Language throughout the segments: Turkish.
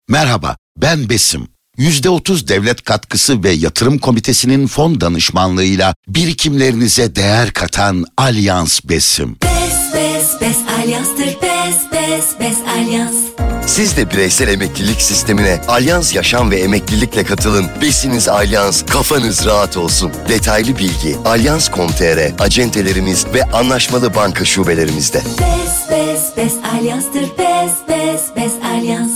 Merhaba, ben Besim. %30 devlet katkısı ve yatırım komitesinin fon danışmanlığıyla birikimlerinize değer katan Alyans Besim. Bes Alyans'tır. Bes Alyans. Siz de bireysel emeklilik sistemine Alyans Yaşam ve Emeklilikle katılın. Besiniz Alyans, kafanız rahat olsun. Detaylı bilgi alyans.com.tr, acentelerimiz ve anlaşmalı banka şubelerimizde. Bes Alyans'tır. Bes Alyans.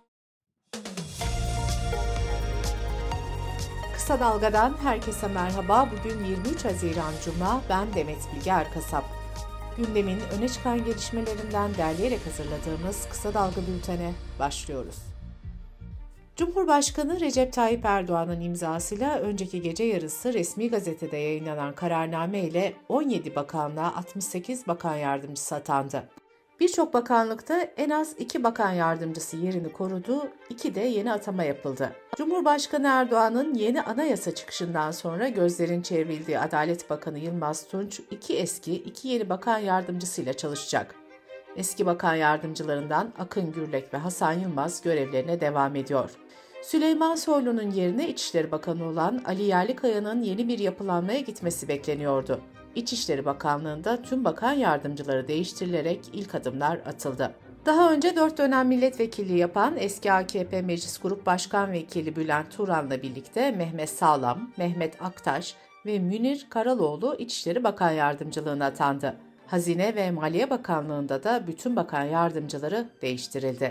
Kısa Dalga'dan herkese merhaba. Bugün 23 Haziran Cuma. Ben Demet Bilge Erkasap. Gündemin öne çıkan gelişmelerinden derleyerek hazırladığımız Kısa Dalga bültene başlıyoruz. Cumhurbaşkanı Recep Tayyip Erdoğan'ın imzasıyla önceki gece yarısı resmi gazetede yayınlanan kararname ile 17 bakanlığa 68 bakan yardımcısı atandı. Birçok bakanlıkta en az 2 bakan yardımcısı yerini korudu, 2 de yeni atama yapıldı. Cumhurbaşkanı Erdoğan'ın yeni anayasa çıkışından sonra gözlerin çevrildiği Adalet Bakanı Yılmaz Tunç, 2 eski, 2 yeni bakan yardımcısıyla çalışacak. Eski bakan yardımcılarından Akın Gürlek ve Hasan Yılmaz görevlerine devam ediyor. Süleyman Soylu'nun yerine İçişleri Bakanı olan Ali Yerlikaya'nın yeni bir yapılanmaya gitmesi bekleniyordu. İçişleri Bakanlığı'nda tüm bakan yardımcıları değiştirilerek ilk adımlar atıldı. Daha önce 4 dönem milletvekilliği yapan eski AKP Meclis Grup Başkan Vekili Bülent Turan'la birlikte Mehmet Sağlam, Mehmet Aktaş ve Münir Karaloğlu İçişleri Bakan Yardımcılığına atandı. Hazine ve Maliye Bakanlığı'nda da bütün bakan yardımcıları değiştirildi.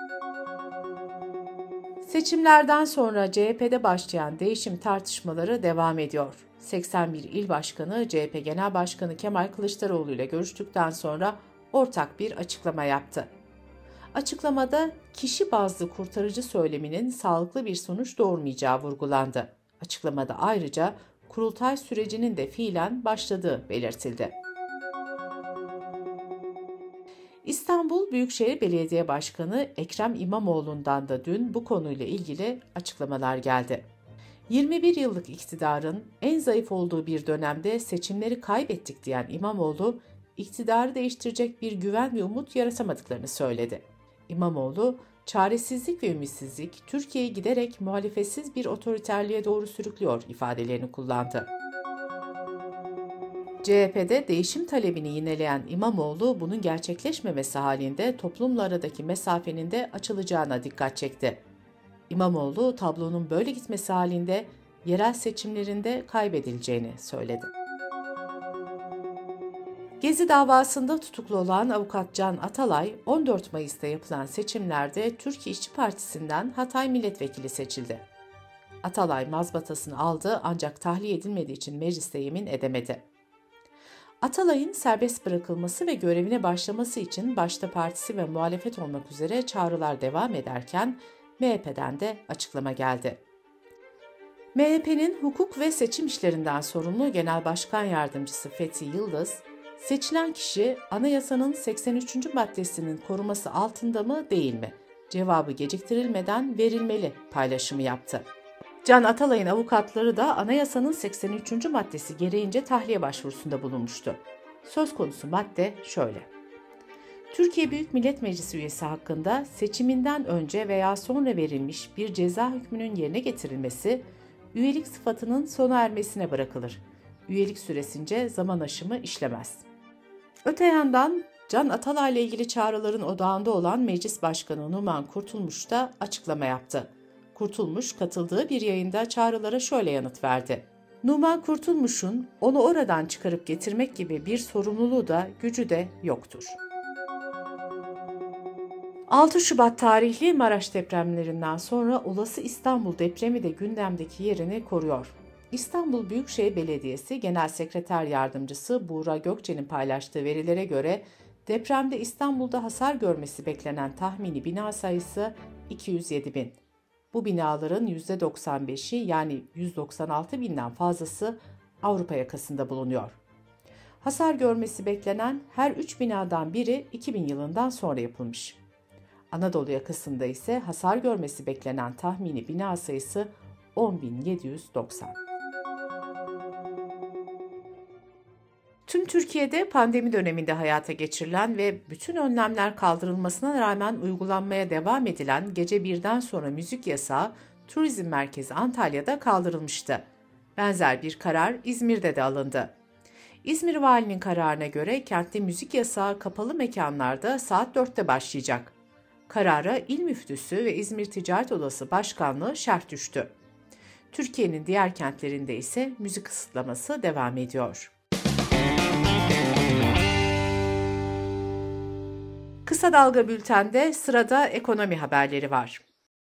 Seçimlerden sonra CHP'de başlayan değişim tartışmaları devam ediyor. 81 il başkanı CHP Genel Başkanı Kemal Kılıçdaroğlu ile görüştükten sonra ortak bir açıklama yaptı. Açıklamada kişi bazlı kurtarıcı söyleminin sağlıklı bir sonuç doğurmayacağı vurgulandı. Açıklamada ayrıca kurultay sürecinin de fiilen başladığı belirtildi. İstanbul Büyükşehir Belediye Başkanı Ekrem İmamoğlu'ndan da dün bu konuyla ilgili açıklamalar geldi. 21 yıllık iktidarın en zayıf olduğu bir dönemde seçimleri kaybettik diyen İmamoğlu, iktidarı değiştirecek bir güven ve umut yaratamadıklarını söyledi. İmamoğlu, çaresizlik ve ümitsizlik Türkiye'yi giderek muhalefetsiz bir otoriterliğe doğru sürüklüyor ifadelerini kullandı. CHP'de değişim talebini yineleyen İmamoğlu, bunun gerçekleşmemesi halinde toplumla aradaki mesafenin de açılacağına dikkat çekti. İmamoğlu, tablonun böyle gitmesi halinde yerel seçimlerinde kaybedileceğini söyledi. Gezi davasında tutuklu olan avukat Can Atalay, 14 Mayıs'ta yapılan seçimlerde Türkiye İşçi Partisi'nden Hatay milletvekili seçildi. Atalay mazbatasını aldı ancak tahliye edilmediği için mecliste yemin edemedi. Atalay'ın serbest bırakılması ve görevine başlaması için başta partisi ve muhalefet olmak üzere çağrılar devam ederken MHP'den de açıklama geldi. MHP'nin hukuk ve seçim işlerinden sorumlu Genel Başkan Yardımcısı Fethi Yıldız, seçilen kişi anayasanın 83. maddesinin koruması altında mı değil mi? Cevabı geciktirilmeden verilmeli paylaşımı yaptı. Can Atalay'ın avukatları da anayasanın 83. maddesi gereğince tahliye başvurusunda bulunmuştu. Söz konusu madde şöyle: Türkiye Büyük Millet Meclisi üyesi hakkında seçiminden önce veya sonra verilmiş bir ceza hükmünün yerine getirilmesi, üyelik sıfatının sona ermesine bırakılır. Üyelik süresince zaman aşımı işlemez. Öte yandan Can Atalay'la ilgili çağrıların odağında olan Meclis Başkanı Numan Kurtulmuş da açıklama yaptı. Kurtulmuş katıldığı bir yayında çağrılara şöyle yanıt verdi. Numan Kurtulmuş'un onu oradan çıkarıp getirmek gibi bir sorumluluğu da gücü de yoktur. 6 Şubat tarihli Maraş depremlerinden sonra olası İstanbul depremi de gündemdeki yerini koruyor. İstanbul Büyükşehir Belediyesi Genel Sekreter Yardımcısı Buğra Gökçe'nin paylaştığı verilere göre depremde İstanbul'da hasar görmesi beklenen tahmini bina sayısı 207 bin. Bu binaların %95'i yani 196 binden fazlası Avrupa yakasında bulunuyor. Hasar görmesi beklenen her 3 binadan biri 2000 yılından sonra yapılmış. Anadolu yakasında ise hasar görmesi beklenen tahmini bina sayısı 10.790. Tüm Türkiye'de pandemi döneminde hayata geçirilen ve bütün önlemler kaldırılmasına rağmen uygulanmaya devam edilen gece 1'den sonra müzik yasağı Turizm Merkezi Antalya'da kaldırılmıştı. Benzer bir karar İzmir'de de alındı. İzmir Valinin kararına göre kentte müzik yasağı kapalı mekanlarda saat 4'te başlayacak. Karara İl Müftüsü ve İzmir Ticaret Odası Başkanlığı şerh düştü. Türkiye'nin diğer kentlerinde ise müzik kısıtlaması devam ediyor. Kısa Dalga Bülten'de sırada ekonomi haberleri var.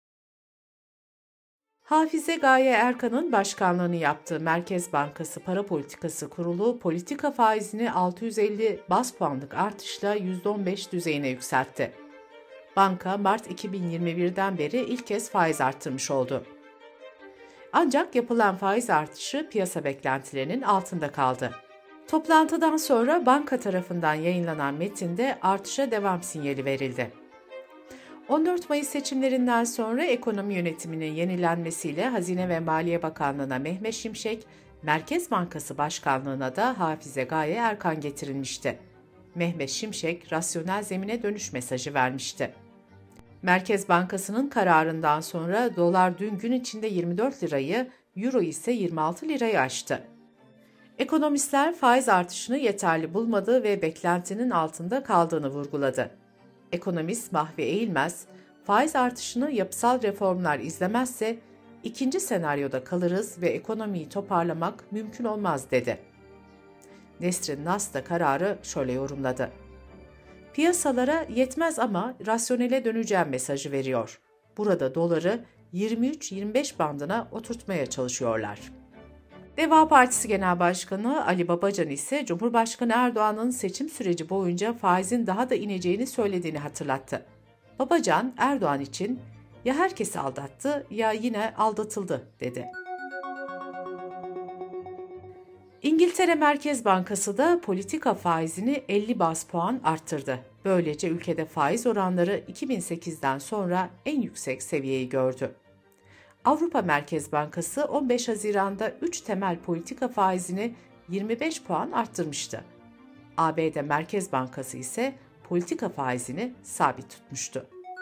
Hafize Gaye Erkan'ın başkanlığını yaptığı Merkez Bankası Para Politikası Kurulu politika faizini 650 baz puanlık artışla %15 düzeyine yükseltti. Banka Mart 2021'den beri ilk kez faiz arttırmış oldu. Ancak yapılan faiz artışı piyasa beklentilerinin altında kaldı. Toplantıdan sonra banka tarafından yayınlanan metinde artışa devam sinyali verildi. 14 Mayıs seçimlerinden sonra ekonomi yönetiminin yenilenmesiyle Hazine ve Maliye Bakanlığı'na Mehmet Şimşek, Merkez Bankası Başkanlığı'na da Hafize Gaye Erkan getirilmişti. Mehmet Şimşek, rasyonel zemine dönüş mesajı vermişti. Merkez Bankası'nın kararından sonra dolar dün gün içinde 24 lirayı, euro ise 26 lirayı aştı. Ekonomistler faiz artışını yeterli bulmadığı ve beklentinin altında kaldığını vurguladı. Ekonomist Mahvi Eğilmez, faiz artışını yapısal reformlar izlemezse ikinci senaryoda kalırız ve ekonomiyi toparlamak mümkün olmaz dedi. Nesrin Nas da kararı şöyle yorumladı. Piyasalara yetmez ama rasyonele döneceğim mesajı veriyor. Burada doları 23-25 bandına oturtmaya çalışıyorlar. Deva Partisi Genel Başkanı Ali Babacan ise Cumhurbaşkanı Erdoğan'ın seçim süreci boyunca faizin daha da ineceğini söylediğini hatırlattı. Babacan, Erdoğan için "Ya herkesi aldattı ya yine aldatıldı" dedi. İngiltere Merkez Bankası da politika faizini 50 baz puan arttırdı. Böylece ülkede faiz oranları 2008'den sonra en yüksek seviyeyi gördü. Avrupa Merkez Bankası 15 Haziran'da 3 temel politika faizini 25 puan arttırmıştı. ABD Merkez Bankası ise politika faizini sabit tutmuştu.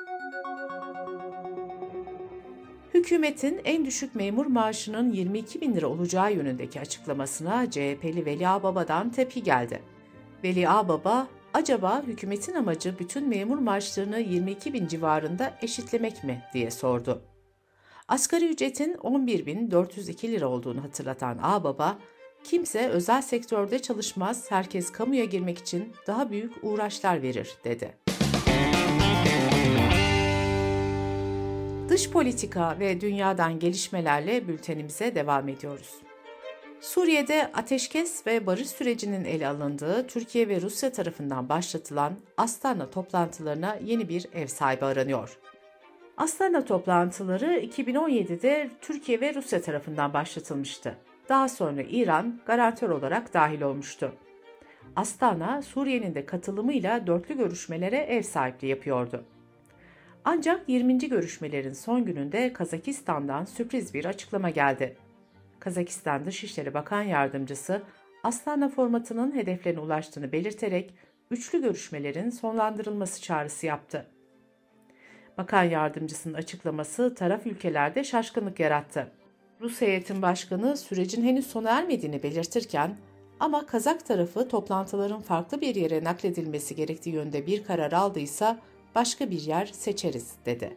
Hükümetin en düşük memur maaşının 22 bin lira olacağı yönündeki açıklamasına CHP'li Veli Ağbaba'dan tepki geldi. Veli Ağbaba, acaba hükümetin amacı bütün memur maaşlarını 22 bin civarında eşitlemek mi diye sordu. Asgari ücretin 11.402 lira olduğunu hatırlatan Ağbaba, "Kimse özel sektörde çalışmaz, herkes kamuya girmek için daha büyük uğraşlar verir" dedi. Dış politika ve dünyadan gelişmelerle bültenimize devam ediyoruz. Suriye'de ateşkes ve barış sürecinin ele alındığı Türkiye ve Rusya tarafından başlatılan Astana toplantılarına yeni bir ev sahibi aranıyor. Astana toplantıları 2017'de Türkiye ve Rusya tarafından başlatılmıştı. Daha sonra İran garantör olarak dahil olmuştu. Astana, Suriye'nin de katılımıyla dörtlü görüşmelere ev sahipliği yapıyordu. Ancak 20. görüşmelerin son gününde Kazakistan'dan sürpriz bir açıklama geldi. Kazakistan Dışişleri Bakan Yardımcısı, Astana formatının hedeflerine ulaştığını belirterek üçlü görüşmelerin sonlandırılması çağrısı yaptı. Bakan Yardımcısının açıklaması taraf ülkelerde şaşkınlık yarattı. Rus Heyetin Başkanı sürecin henüz sona ermediğini belirtirken, ama Kazak tarafı toplantıların farklı bir yere nakledilmesi gerektiği yönde bir karar aldıysa başka bir yer seçeriz dedi.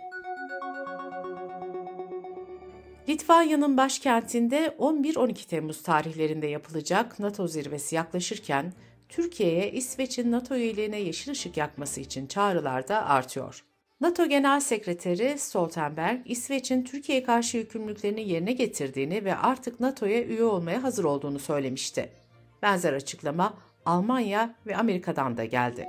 Litvanya'nın başkentinde 11-12 Temmuz tarihlerinde yapılacak NATO zirvesi yaklaşırken Türkiye'ye İsveç'in NATO üyeliğine yeşil ışık yakması için çağrılar da artıyor. NATO Genel Sekreteri Stoltenberg, İsveç'in Türkiye'ye karşı yükümlülüklerini yerine getirdiğini ve artık NATO'ya üye olmaya hazır olduğunu söylemişti. Benzer açıklama Almanya ve Amerika'dan da geldi.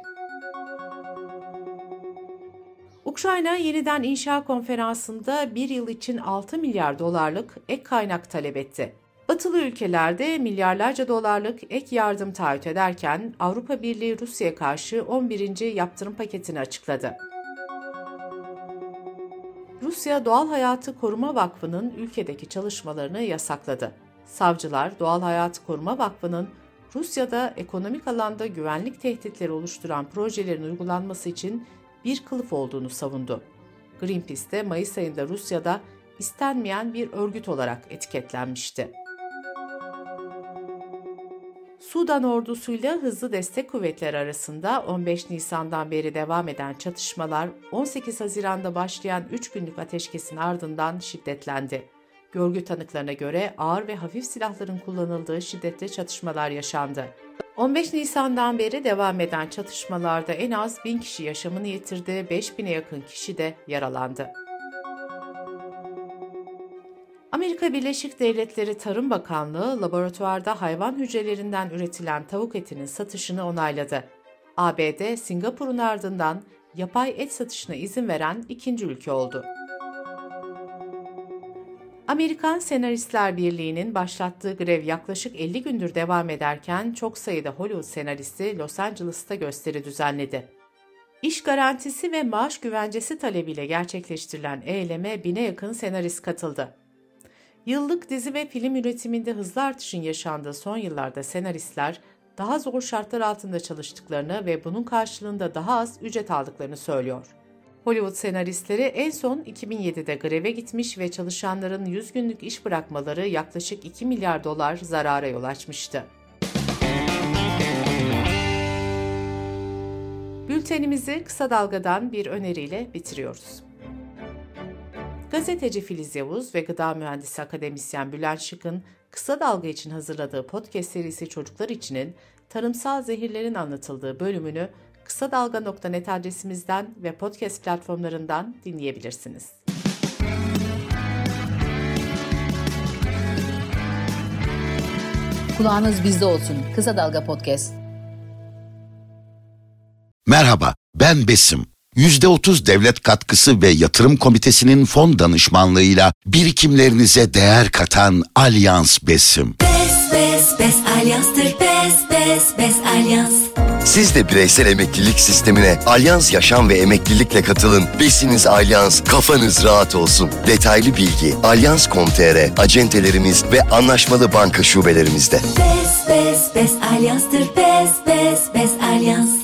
Ukrayna Yeniden İnşa Konferansı'nda bir yıl için 6 milyar dolarlık ek kaynak talep etti. Batılı ülkelerde milyarlarca dolarlık ek yardım taahhüt ederken Avrupa Birliği Rusya'ya karşı 11. yaptırım paketini açıkladı. Rusya Doğal Hayatı Koruma Vakfı'nın ülkedeki çalışmalarını yasakladı. Savcılar Doğal Hayatı Koruma Vakfı'nın Rusya'da ekonomik alanda güvenlik tehditleri oluşturan projelerin uygulanması için bir kılıf olduğunu savundu. Greenpeace de Mayıs ayında Rusya'da istenmeyen bir örgüt olarak etiketlenmişti. Sudan ordusuyla Hızlı Destek Kuvvetleri arasında 15 Nisan'dan beri devam eden çatışmalar 18 Haziran'da başlayan 3 günlük ateşkesin ardından şiddetlendi. Görgü tanıklarına göre ağır ve hafif silahların kullanıldığı şiddetli çatışmalar yaşandı. 15 Nisan'dan beri devam eden çatışmalarda en az 1000 kişi yaşamını yitirdi, 5000'e yakın kişi de yaralandı. Amerika Birleşik Devletleri Tarım Bakanlığı, laboratuvarda hayvan hücrelerinden üretilen tavuk etinin satışını onayladı. ABD, Singapur'un ardından yapay et satışına izin veren ikinci ülke oldu. Amerikan Senaristler Birliği'nin başlattığı grev yaklaşık 50 gündür devam ederken çok sayıda Hollywood senaristi Los Angeles'ta gösteri düzenledi. İş garantisi ve maaş güvencesi talebiyle gerçekleştirilen eyleme 1000'e yakın senarist katıldı. Yıllık dizi ve film üretiminde hızlı artışın yaşandığı son yıllarda senaristler daha zor şartlar altında çalıştıklarını ve bunun karşılığında daha az ücret aldıklarını söylüyor. Hollywood senaristleri en son 2007'de greve gitmiş ve çalışanların 100 günlük iş bırakmaları yaklaşık 2 milyar dolar zarara yol açmıştı. Bültenimizi kısa dalgadan bir öneriyle bitiriyoruz. Gazeteci Filiz Yavuz ve gıda mühendisi akademisyen Bülent Şık'ın Kısa Dalga için hazırladığı podcast serisi Çocuklar İçin'in tarımsal zehirlerin anlatıldığı bölümünü kısadalga.net adresimizden ve podcast platformlarından dinleyebilirsiniz. Kulağınız bizde olsun. Kısa Dalga Podcast. Merhaba, ben Besim. %30 devlet katkısı ve yatırım komitesinin fon danışmanlığıyla birikimlerinize değer katan Alyans Besim. Bes Alyans'tır. Bes Alyans. Siz de bireysel emeklilik sistemine Alyans Yaşam ve Emeklilikle katılın. Besiniz Alyans, kafanız rahat olsun. Detaylı bilgi alyans.com.tr, acentelerimiz ve anlaşmalı banka şubelerimizde. Bes Alyans'tır. Bes Alyans.